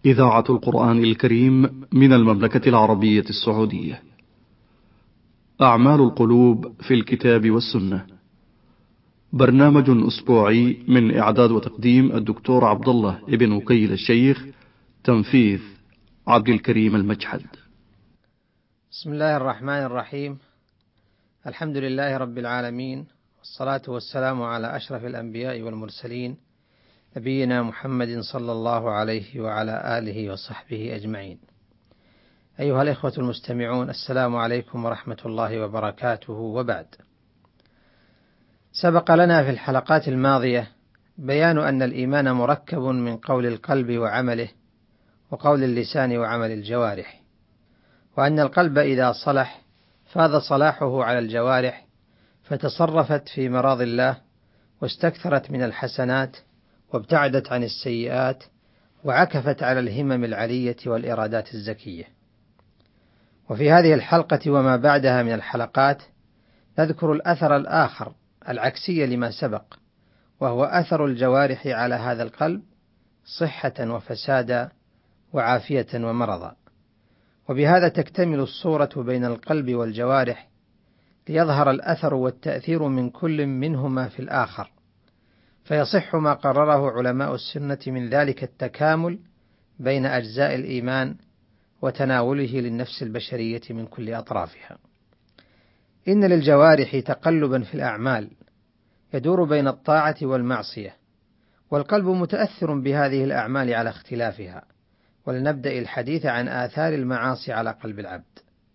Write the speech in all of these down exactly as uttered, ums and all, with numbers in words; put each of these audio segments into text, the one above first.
إذاعة القرآن الكريم من المملكة العربية السعودية. أعمال القلوب في الكتاب والسنة، برنامج أسبوعي من إعداد وتقديم الدكتور عبد الله ابن وكيل الشيخ، تنفيذ عبد الكريم المجحد. بسم الله الرحمن الرحيم. الحمد لله رب العالمين، والصلاة والسلام على أشرف الأنبياء والمرسلين، نبينا محمد صلى الله عليه وعلى آله وصحبه أجمعين. أيها الإخوة المستمعون، السلام عليكم ورحمة الله وبركاته، وبعد. سبق لنا في الحلقات الماضية بيان أن الإيمان مركب من قول القلب وعمله، وقول اللسان وعمل الجوارح، وأن القلب إذا صلح فاض صلاحه على الجوارح، فتصرفت في مراضي الله، واستكثرت من الحسنات، وابتعدت عن السيئات، وعكفت على الهمم العلية والإرادات الزكية. وفي هذه الحلقة وما بعدها من الحلقات نذكر الأثر الآخر العكسي لما سبق، وهو أثر الجوارح على هذا القلب صحة وفسادا وعافية ومرضا. وبهذا تكتمل الصورة بين القلب والجوارح، ليظهر الأثر والتأثير من كل منهما في الآخر، فيصح ما قرره علماء السنة من ذلك التكامل بين أجزاء الإيمان وتناوله للنفس البشرية من كل أطرافها. إن للجوارح تقلبا في الأعمال يدور بين الطاعة والمعصية، والقلب متأثر بهذه الأعمال على اختلافها. ولنبدأ الحديث عن آثار المعاصي على قلب العبد.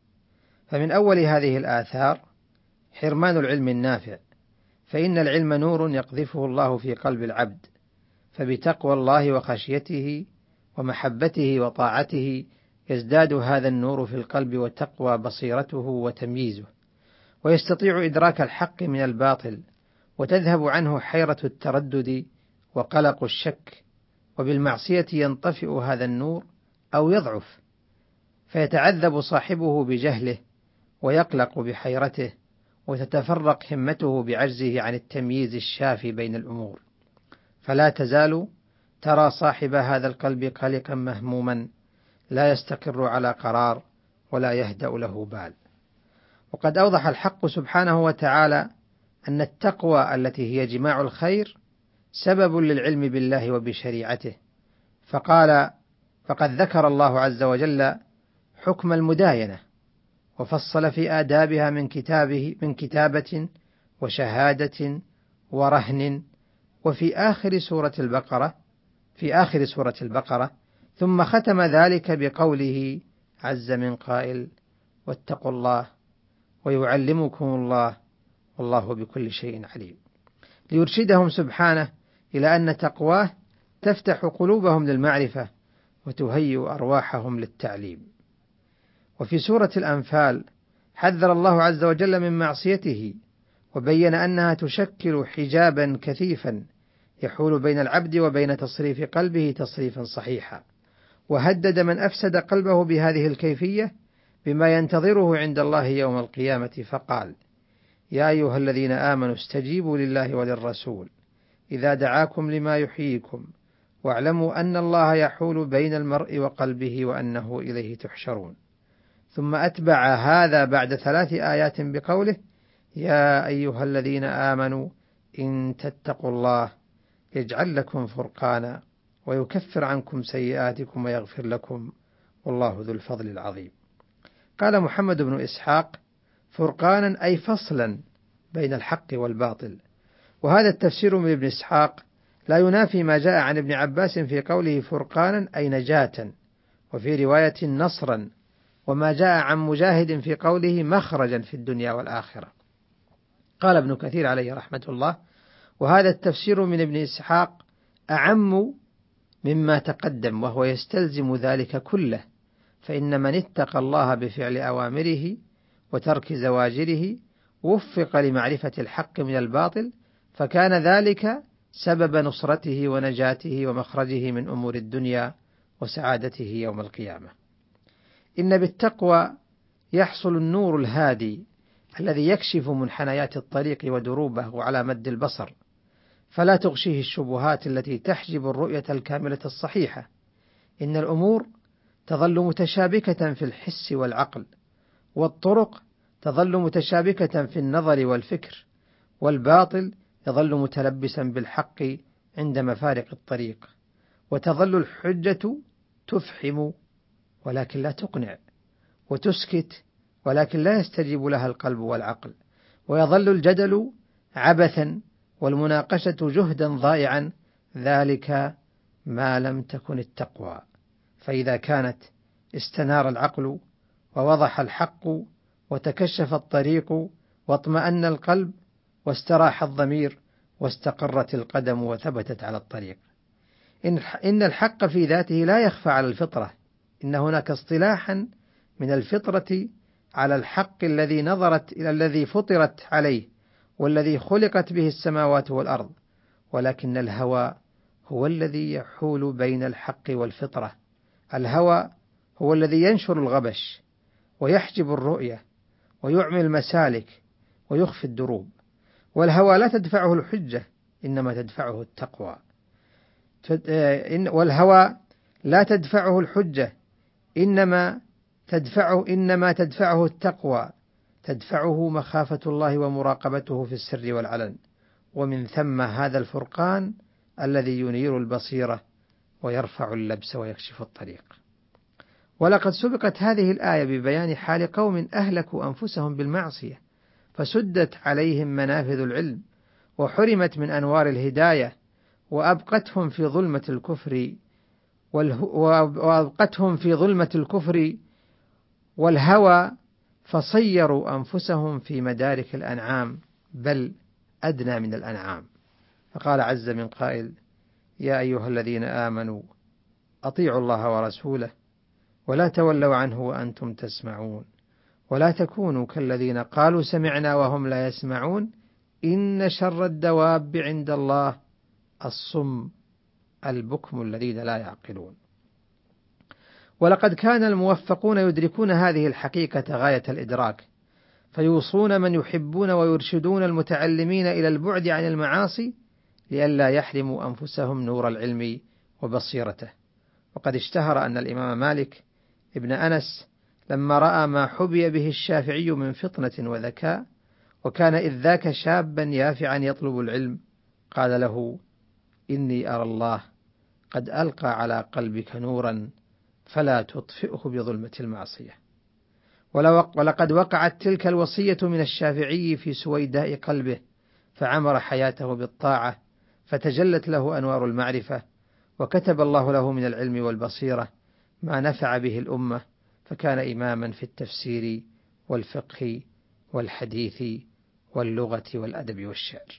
فمن أول هذه الآثار حرمان العلم النافع، فإن العلم نور يقذفه الله في قلب العبد، فبتقوى الله وخشيته ومحبته وطاعته يزداد هذا النور في القلب، وتقوى بصيرته وتمييزه، ويستطيع إدراك الحق من الباطل، وتذهب عنه حيرة التردد وقلق الشك. وبالمعصية ينطفئ هذا النور أو يضعف، فيتعذب صاحبه بجهله، ويقلق بحيرته، وتتفرق همته بعجزه عن التمييز الشافي بين الأمور. فلا تزال ترى صاحب هذا القلب قلقا مهموما، لا يستقر على قرار ولا يهدأ له بال. وقد أوضح الحق سبحانه وتعالى أن التقوى التي هي جماع الخير سبب للعلم بالله وبشريعته، فقال فقد ذكر الله عز وجل حكم المداينة، وفصل في آدابها من كتابه من كتابة وشهادة ورهن. وفي آخر سورة البقرة في آخر سورة البقرة ثم ختم ذلك بقوله عز من قائل: واتقوا الله ويعلمكم الله والله بكل شيء عليم، ليرشدهم سبحانه إلى أن تقواه تفتح قلوبهم للمعرفة، وتهيئ أرواحهم للتعليم. وفي سورة الأنفال حذر الله عز وجل من معصيته، وبين أنها تشكل حجابا كثيفا يحول بين العبد وبين تصريف قلبه تصريفا صحيحا، وهدد من أفسد قلبه بهذه الكيفية بما ينتظره عند الله يوم القيامة، فقال: يا أيها الذين آمنوا استجيبوا لله وللرسول إذا دعاكم لما يحييكم، واعلموا أن الله يحول بين المرء وقلبه وأنه إليه تحشرون. ثم أتبع هذا بعد ثلاث آيات بقوله: يا أيها الذين آمنوا إن تتقوا الله يجعل لكم فرقانا ويكفر عنكم سيئاتكم ويغفر لكم والله ذو الفضل العظيم. قال محمد بن إسحاق: فرقانا أي فصلا بين الحق والباطل. وهذا التفسير من ابن إسحاق لا ينافي ما جاء عن ابن عباس في قوله فرقانا أي نجاة، وفي رواية نصرا، وما جاء عن مجاهد في قوله مخرجا في الدنيا والآخرة. قال ابن كثير عليه رحمة الله: وهذا التفسير من ابن إسحاق أعم مما تقدم، وهو يستلزم ذلك كله، فإن من اتقى الله بفعل أوامره وترك زواجره وفق لمعرفة الحق من الباطل، فكان ذلك سبب نصرته ونجاته ومخرجه من أمور الدنيا وسعادته يوم القيامة. إن بالتقوى يحصل النور الهادي الذي يكشف منحنيات الطريق ودروبه على مد البصر، فلا تغشيه الشبهات التي تحجب الرؤية الكاملة الصحيحة، إن الأمور تظل متشابكة في الحس والعقل، والطرق تظل متشابكة في النظر والفكر، والباطل يظل متلبسا بالحق عند مفارق الطريق، وتظل الحجة تفحم ولكن لا تقنع، وتسكت ولكن لا يستجيب لها القلب والعقل، ويظل الجدل عبثا والمناقشة جهدا ضائعا، ذلك ما لم تكن التقوى. فإذا كانت استنار العقل ووضح الحق وتكشف الطريق واطمأن القلب واستراح الضمير واستقرت القدم وثبتت على الطريق. إن الحق في ذاته لا يخفى على الفطرة، إن هناك اصطلاحا من الفطرة على الحق الذي نظرت إلى الذي فطرت عليه والذي خلقت به السماوات والأرض، ولكن الهوى هو الذي يحول بين الحق والفطرة. الهوى هو الذي ينشر الغبش ويحجب الرؤية ويعمي المسالك ويخفي الدروب، والهوى لا تدفعه الحجة إنما تدفعه التقوى، والهوى لا تدفعه الحجة إنما تدفعه إنما تدفعه التقوى، تدفعه مخافة الله ومراقبته في السر والعلن، ومن ثم هذا الفرقان الذي ينير البصيرة ويرفع اللبس ويكشف الطريق. ولقد سبقت هذه الآية ببيان حال قوم أهلكوا أنفسهم بالمعصية فسدت عليهم منافذ العلم وحرمت من أنوار الهداية، وأبقتهم في ظلمة الكفر وأبقتهم في ظلمة الكفر والهوى، فصيروا أنفسهم في مدارك الأنعام بل أدنى من الأنعام. فقال عز من قائل: يا أيها الذين آمنوا أطيعوا الله ورسوله ولا تولوا عنه وأنتم تسمعون ولا تكونوا كالذين قالوا سمعنا وهم لا يسمعون إن شر الدواب عند الله الصم البكم الذين لا يعقلون. ولقد كان الموفقون يدركون هذه الحقيقة غاية الإدراك، فيوصون من يحبون ويرشدون المتعلمين إلى البعد عن المعاصي لئلا يحرموا أنفسهم نور العلم وبصيرته. وقد اشتهر أن الإمام مالك ابن أنس لما رأى ما حبي به الشافعي من فطنة وذكاء، وكان إذ ذاك شابا يافعا يطلب العلم، قال له: إني أرى الله قد ألقى على قلبك نورا فلا تطفئه بظلمة المعصية. ولقد وقعت تلك الوصية من الشافعي في سويداء قلبه، فعمر حياته بالطاعة فتجلت له أنوار المعرفة، وكتب الله له من العلم والبصيرة ما نفع به الأمة، فكان إماما في التفسير والفقه والحديث واللغة والأدب والشعر.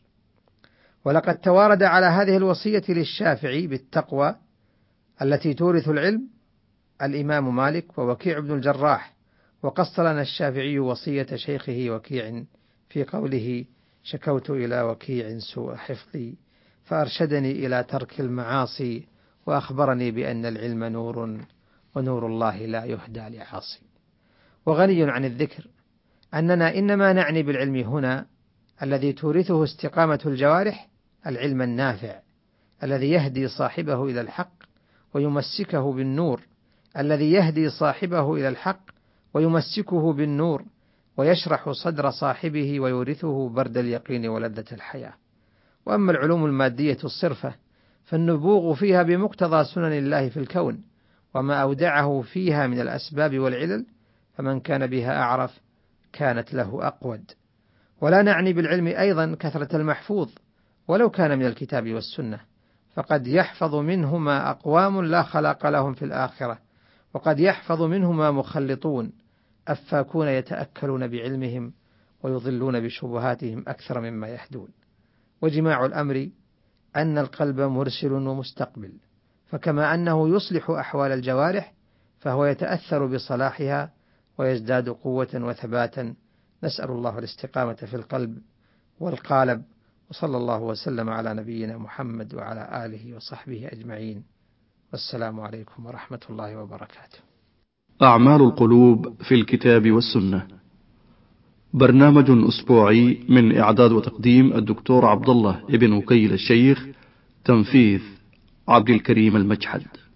ولقد توارد على هذه الوصية للشافعي بالتقوى التي تورث العلم الإمام مالك ووكيع بن الجراح. وقص لنا الشافعي وصية شيخه وكيع في قوله: شكوت إلى وكيع سوء حفظي فأرشدني إلى ترك المعاصي وأخبرني بأن العلم نور ونور الله لا يهدى لعاصي. وغني عن الذكر أننا إنما نعني بالعلم هنا الذي تورثه استقامة الجوارح العلم النافع الذي يهدي صاحبه إلى الحق ويمسكه بالنور الذي يهدي صاحبه إلى الحق ويمسكه بالنور ويشرح صدر صاحبه ويورثه برد اليقين ولذة الحياة. وأما العلوم المادية الصرفة فالنبوغ فيها بمقتضى سنن الله في الكون وما أودعه فيها من الأسباب والعلل، فمن كان بها أعرف كانت له أقود. ولا نعني بالعلم أيضا كثرة المحفوظ ولو كان من الكتاب والسنة، فقد يحفظ منهما أقوام لا خلاق لهم في الآخرة، وقد يحفظ منهما مخلطون أفاكون يتأكلون بعلمهم ويضلون بشبهاتهم أكثر مما يهدون. وجماع الأمر أن القلب مرسل ومستقبل، فكما أنه يصلح أحوال الجوارح فهو يتأثر بصلاحها ويزداد قوة وثباتا. نسأل الله الاستقامة في القلب والقالب، وصلى الله وسلم على نبينا محمد وعلى آله وصحبه أجمعين، والسلام عليكم ورحمة الله وبركاته. أعمال القلوب في الكتاب والسنة، برنامج أسبوعي من إعداد وتقديم الدكتور عبد الله ابن وكيل الشيخ، تنفيذ عبد الكريم المجحد.